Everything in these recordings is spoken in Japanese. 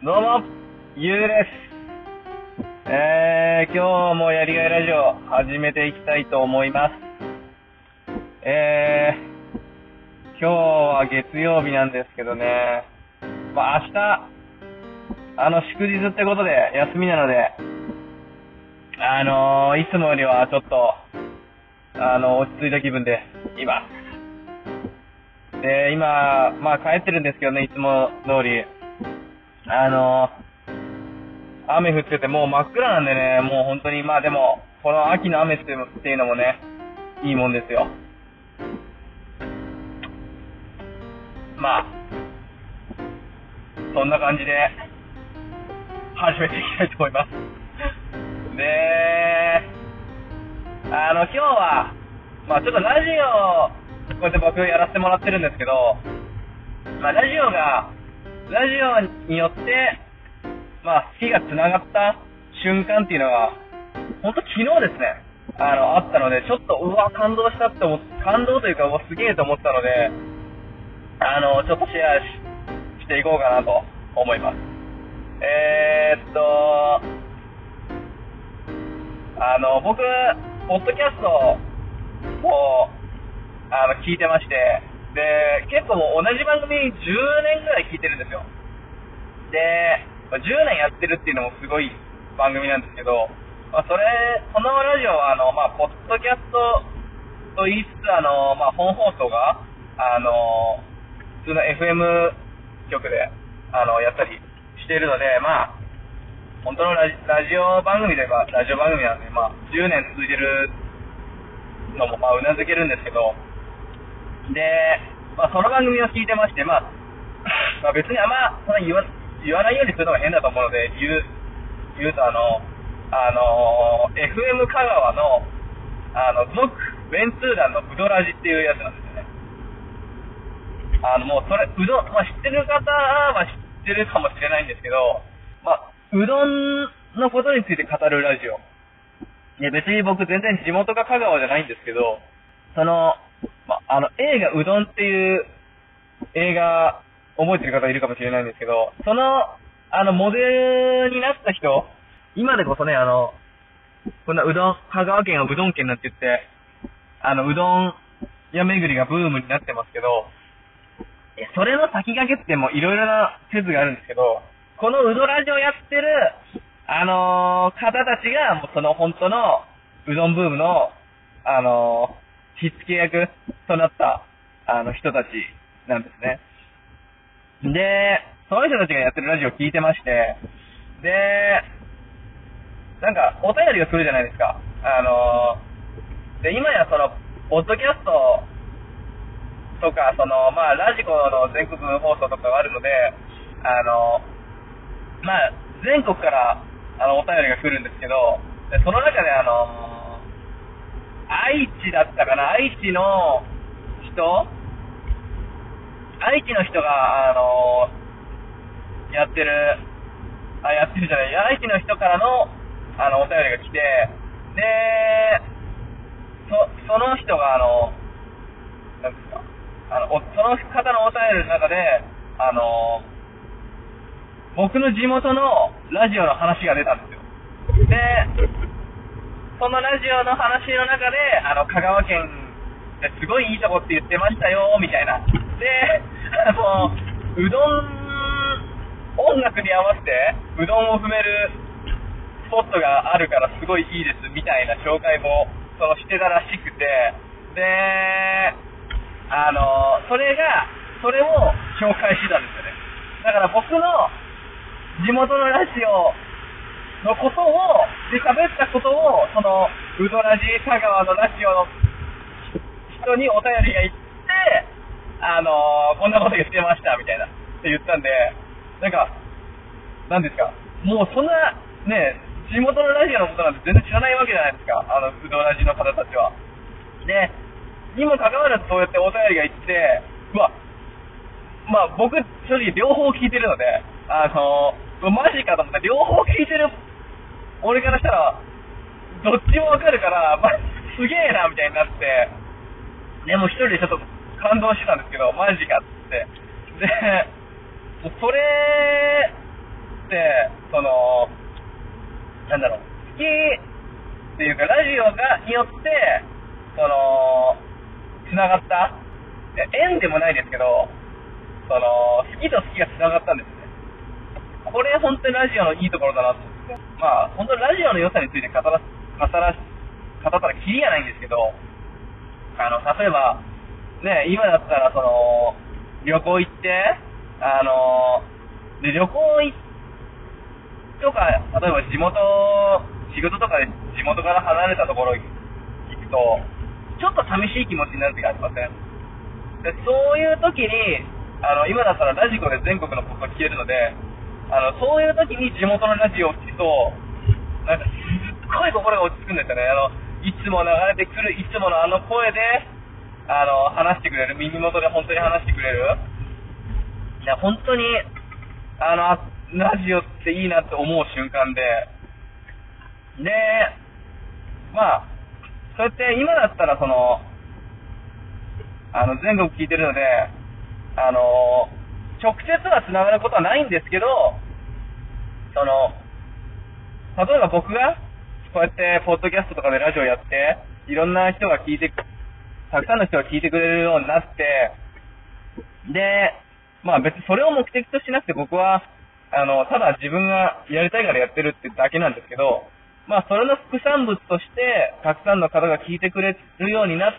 どうも、ゆうです。今日もやりがいラジオ始めていきたいと思います。今日は月曜日なんですけどね、明日、祝日ってことで休みなので、いつもよりはちょっと、落ち着いた気分でいます。で、今、帰ってるんですけどね、いつも通り。雨降っててもう真っ暗なんでね、もう本当にでも、この秋の雨っていうのもね、いいもんですよ。そんな感じで、始めていきたいと思います。で、今日は、ちょっとラジオ、こうやって僕やらせてもらってるんですけど、ラジオによって、月が繋がった瞬間っていうのが、ほんと昨日ですね、あったので、ちょっと、感動したって感動というか、すげえと思ったので、ちょっとシェアしていこうかなと思います。僕、ポッドキャストを、聞いてまして、で、結構もう同じ番組10年ぐらい聞いてるんですよ。で、10年やってるっていうのもすごい番組なんですけど、このラジオは、ポッドキャストと言いつつ、本放送が、普通の FM 局で、やったりしているので、本当のラジオ番組では、ラジオ番組なんで、10年続いてるのも、うなずけるんですけど、で、その番組を聞いてまして、別にそんな言わないようにするのが変だと思うので、言うとFM 香川の、続、ベンツー団のうどラジっていうやつなんですよね。もう知ってる方は知ってるかもしれないんですけど、うどんのことについて語るラジオ。いや、別に僕全然地元が香川じゃないんですけど、映画うどんっていう映画、覚えてる方いるかもしれないんですけど、モデルになった人、今でこそね、こんな香川県はうどん県なんて言って、うどん屋巡りがブームになってますけど、それの先駆けってもいろいろな説があるんですけど、このうどラジオやってる、方たちが、もうその本当のうどんブームの、火付け役となった、人たちなんですね。で、その人たちがやってるラジオを聞いてまして、で、お便りが来るじゃないですか。で、今やポッドキャストとか、ラジコの全国放送とかがあるので、全国から、お便りが来るんですけど、でその中で愛知だったかな、愛知の人が、やってるじゃない、愛知の人からの、お便りが来て、で、その人が、なんですか、その方のお便りの中で、僕の地元のラジオの話が出たんですよ。で、そのラジオの話の中で、香川県ですごいいいとこって言ってましたよ、みたいな。で、うどん、音楽に合わせて、うどんを踏めるスポットがあるからすごいいいです、みたいな紹介も、してたらしくて、で、それを紹介してたんですよね。だから僕の地元のラジオのことを、で喋ったことを、うどらじ香川のラジオの人にお便りが行って、こんなこと言ってました、みたいな、って言ったんで、なんですか、もうそんな、ね、地元のラジオのことなんて全然知らないわけじゃないですか、うどらじの方たちは。で、にもかかわらずそうやってお便りが行って、僕、正直両方聞いてるので、マジかと思った。両方聞いてる俺からしたら、どっちもわかるから、すげえな、みたいになって、でも一人でちょっと感動してたんですけど、マジかって。で、それ 、なんだろう、好きっていうか、ラジオによって、繋がった。縁でもないですけど、好きと好きが繋がったんですね。これ本当にラジオのいいところだなと思って。まあ、本当にラジオの良さについて語ったらキリがないんですけど、例えば、ね、今だったら旅行行って、で、旅行とか、例えば仕事とかで地元から離れたところに行くと、ちょっと寂しい気持ちになる時ありません？で、そういう時に、今だったらラジコで全国のことが聞けるので、そういう時に地元のラジオを聞くと、なんかすっごい心が落ち着くんですよね。いつも流れてくる、いつもの声で、話してくれる、耳元で本当に話してくれる。いや、本当に、ラジオっていいなって思う瞬間で、で、まあ、そうやって今だったら全国聞いてるので、直接は繋がることはないんですけど、例えば僕が、こうやって、ポッドキャストとかでラジオやって、いろんな人がたくさんの人が聞いてくれるようになって、で、まあ別にそれを目的としなくて僕は、ただ自分がやりたいからやってるってだけなんですけど、まあそれの副産物として、たくさんの方が聞いてくれるようになって、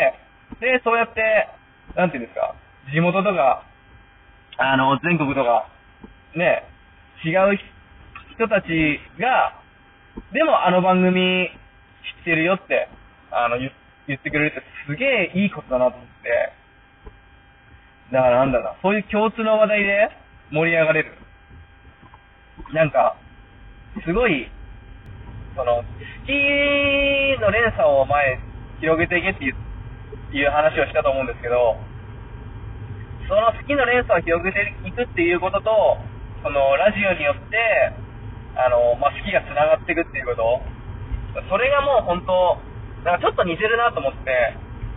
で、そうやって、なんていうんですか、地元とか、全国とか、ね、違う人たちが、でも番組知ってるよって、言ってくれるってすげえいいことだなと思って、だからなんだろうな、そういう共通の話題で盛り上がれる。なんか、すごい、好きの連鎖を広げていけっていう話をしたと思うんですけど、その好きの連鎖を広げていくっていうことと、ラジオによって、まあ、好きが繋がっていくっていうこと、それがもう本当、なんかちょっと似てるなと思って、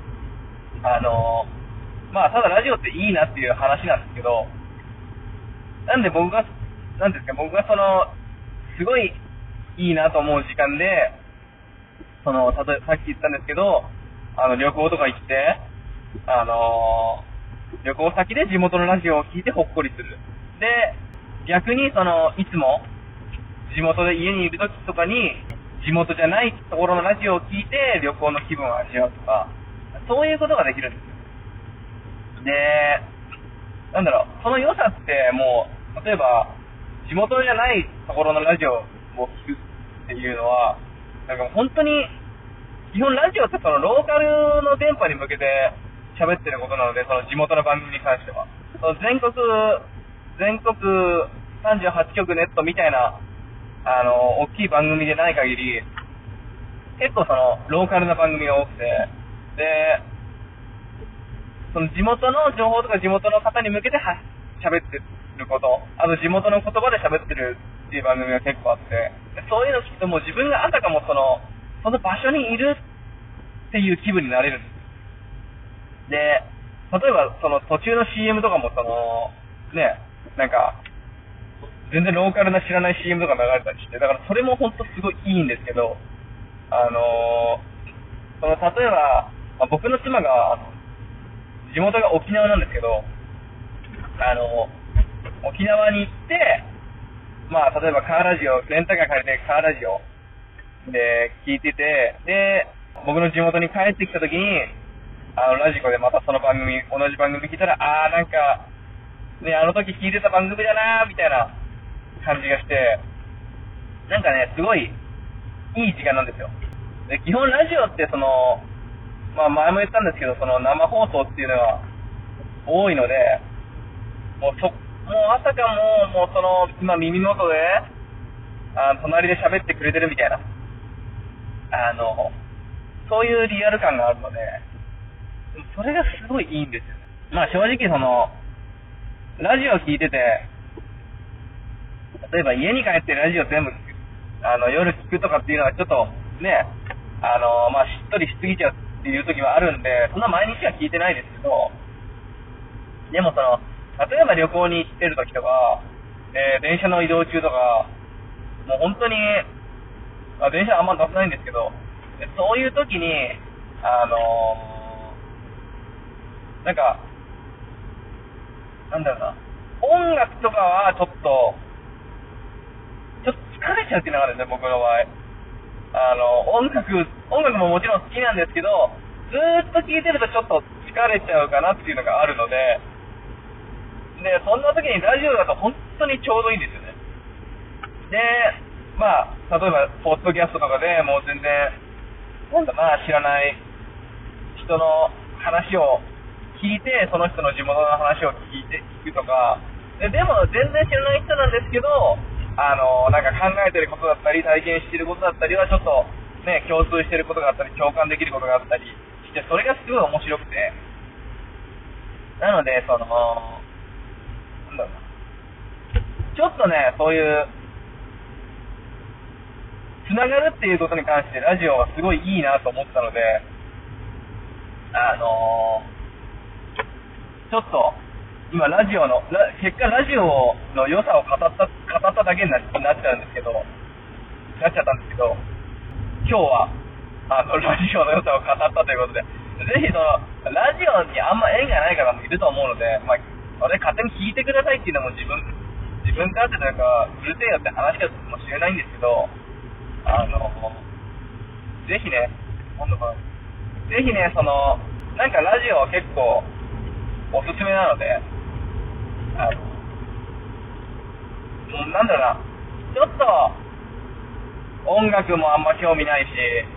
まあ、ただラジオっていいなっていう話なんですけど、なんで僕がすごいいいなと思う時間で、例えばさっき言ったんですけど、旅行とか行って、旅行先で地元のラジオを聞いてほっこりする。で、逆にいつも、地元で家にいる時とかに、地元じゃないところのラジオを聞いて旅行の気分を味わうとか、そういうことができるんですよ。で、なんだろう、その良さってもう、例えば、地元じゃないところのラジオを聞くっていうのは、なんか本当に、基本ラジオってローカルの電波に向けて喋ってることなので、地元の番組に関しては。全国38局ネットみたいな、大きい番組でない限り、結構ローカルな番組が多くて、で、地元の情報とか地元の方に向けて喋ってること、あと地元の言葉で喋ってるっていう番組が結構あって、そういうの聞くともう自分があたかもその場所にいるっていう気分になれるんです。で、例えば途中の CM とかもね、なんか、全然ローカルな知らない CM とか流れたりして、だからそれも本当すごいいいんですけど、例えば、僕の妻が、地元が沖縄なんですけど、沖縄に行って、まあ、例えばカーラジオ、レンタカー借りてカーラジオで聞いてて、で、僕の地元に帰ってきた時に、ラジコでまた同じ番組聞いたら、なんか、ね、あの時聞いてた番組だなみたいな感じがして、なんかね、すごい、いい時間なんですよ。で、基本ラジオってまあ前も言ったんですけど、生放送っていうのが多いので、もう朝かもう今耳元で、隣で喋ってくれてるみたいな、そういうリアル感があるので、それがすごいいいんですよね。まあ正直ラジオ聞いてて、例えば家に帰ってラジオ全部夜聞くとかっていうのはちょっとね、まあしっとりしすぎちゃうっていう時もあるんで、そんな毎日は聞いてないですけど、でも例えば旅行に行ってる時とか、 電車の移動中とか、もう本当に、電車あんま乗ってないんですけど、そういう時に、なんか、なんだろうな、音楽とかはちょっと疲れちゃうっていうのがあるんですね、僕の場合。音楽ももちろん好きなんですけど、ずーっと聴いてるとちょっと疲れちゃうかなっていうのがあるので、で、そんな時にラジオだと本当にちょうどいいんですよね。で、まあ、例えば、ポッドキャストとかでもう全然、知らない人の話を聞いて、その人の地元の話を聞くとか、でも全然知らない人なんですけど、なんか考えてることだったり、体験してることだったりはちょっとね、共通してることがあったり、共感できることがあったりして、それがすごい面白くて、なので、ちょっとね、そういう、つながるっていうことに関してラジオはすごいいいなと思ったので、ちょっと、今結果ラジオの良さを語っただけになっちゃったんですけど、今日は、ラジオの良さを語ったということで、ぜひラジオにあんま縁がない方もいると思うので、それ勝手に聞いてくださいっていうのも自分勝手というか、うるせえよって話かもしれないんですけど、ぜひね、なんかラジオは結構おすすめなので、なんだろうな、ちょっと音楽もあんま興味ないし、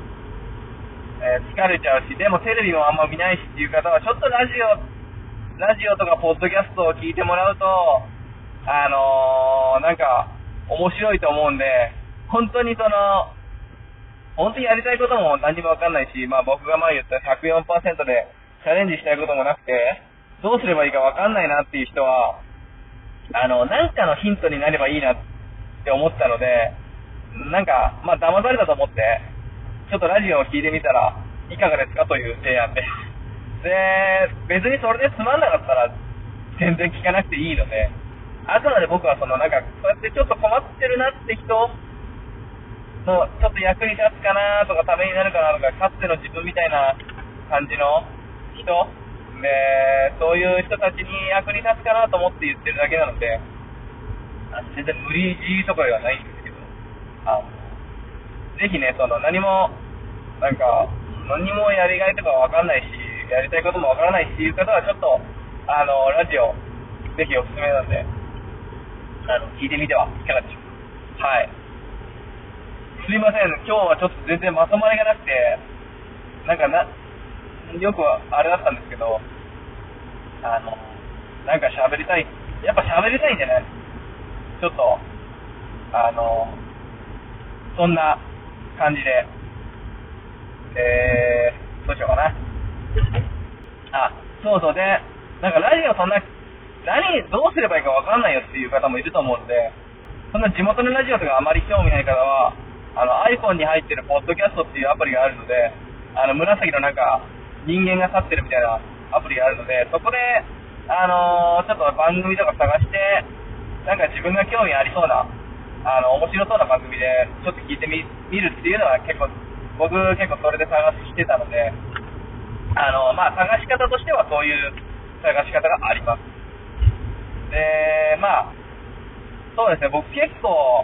疲れちゃうし、でもテレビもあんま見ないしっていう方は、ちょっとラジオとかポッドキャストを聞いてもらうと、なんか面白いと思うんで、本当にやりたいことも何にもわかんないし、僕が前言った 104% でチャレンジしたいこともなくて、どうすればいいかわかんないなっていう人は、なんかのヒントになればいいなって思ったので、なんか、騙されたと思って、ちょっとラジオを聞いてみたらいかがですかという提案です。で、別にそれでつまんなかったら全然聞かなくていいので、あくまで僕はなんか、そうやってちょっと困ってるなって人の、ちょっと役に立つかなとか、ためになるかなとか、かつての自分みたいな感じの人で、そういう人たちに役に立つかなと思って言ってるだけなので、全然無理強いとかではないんですけど、ぜひね、何もやりがいとかわかんないし、やりたいこともわからないしっていう方は、ちょっと、ラジオ、ぜひおすすめなんで、聞いてみてはいかがでしょうか。はい。すいません、今日はちょっと全然まとまりがなくて、よくあれだったんですけど、なんか喋りたいんでね、ちょっと、そんな感じで、どうしようかな。そうで、なんかラジオどうすればいいかわかんないよっていう方もいると思うので、そんな地元のラジオとかあまり興味ない方は、iPhone に入ってるポッドキャストっていうアプリがあるので、紫のなんか、人間が立ってるみたいなアプリがあるので、そこで、ちょっと番組とか探して、なんか自分が興味ありそうな、面白そうな番組で、ちょっと聞いてみるっていうのは僕結構それで探してたので、探し方としてはそういう探し方があります。で、そうですね、僕結構、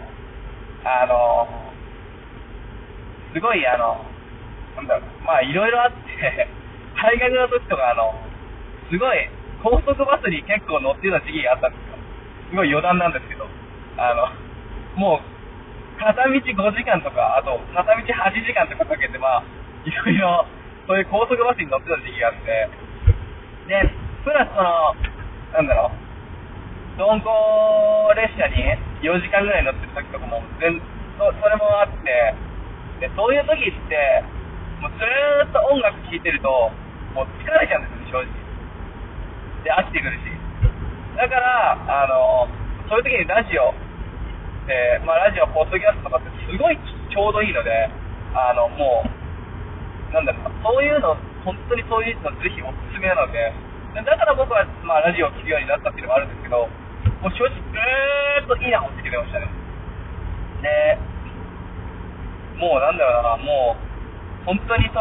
すごいいろいろあって、大学の時とかすごい、高速バスに結構乗ってた時期があったんですよ。すごい余談なんですけど、もう、片道5時間とか、あと、片道8時間とかかけて、いろいろ、そういう高速バスに乗ってた時期があって、で、プラス鈍行列車に4時間ぐらい乗ってる時とかも、それもあって、で、そういう時って、もうずーっと音楽聴いてると、もう疲れちゃうんですよ、正直。で、飽きてくるし。だから、そういう時にラジオ、ラジオ、ポッドキャストとかってすごいちょうどいいので、もう、そういうの、本当にそういうのぜひおすすめなので、だから僕は、ラジオを聴くようになったっていうのもあるんですけど、 もう正直ずーっといいなをつけてましたね。で、もうなんだろうな、もう、本当に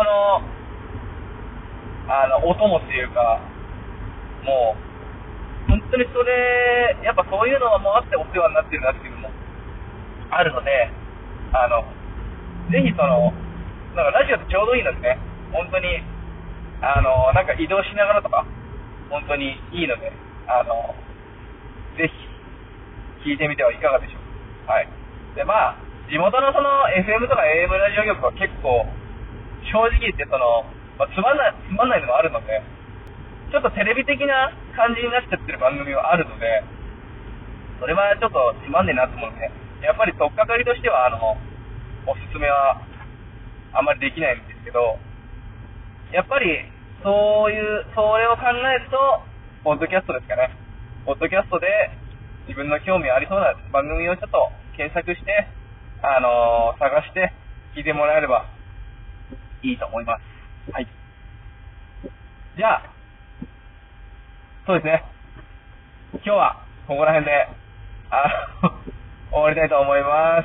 お供っていうか、もう、本当にそれ、やっぱそういうのもあってお世話になってるなっていうのもあるので、ぜひなんかラジオってちょうどいいのでね、本当に、なんか移動しながらとか、本当にいいので、ぜひ聞いてみてはいかがでしょうか。はい。で、まあ、地元のFM とか AM ラジオ局は結構、正直言ってまあ、つまんないのもあるので、ちょっとテレビ的な感じになっちゃってる番組はあるので、それはちょっとつまんねえなと思うので、やっぱり取っかかりとしては、おすすめはあんまりできないんですけど、やっぱり、それを考えると、ポッドキャストですかね。ポッドキャストで自分の興味ありそうな番組をちょっと検索して、探して聞いてもらえればいいと思います。はい。じゃあ、そうですね。今日はここら辺で、終わりたいと思います。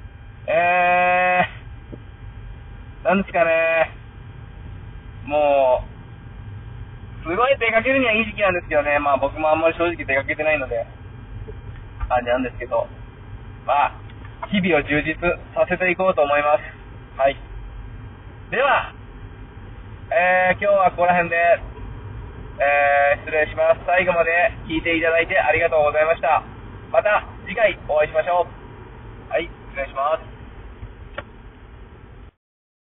なんですかね。もう、すごい出かけるにはいい時期なんですけどね。まあ僕もあんまり正直出かけてないので、感じなんですけど、まあ、日々を充実させていこうと思います。はい。では、今日はここら辺で、失礼します。最後まで聞いていただいてありがとうございました。また次回お会いしましょう。はい、失礼します。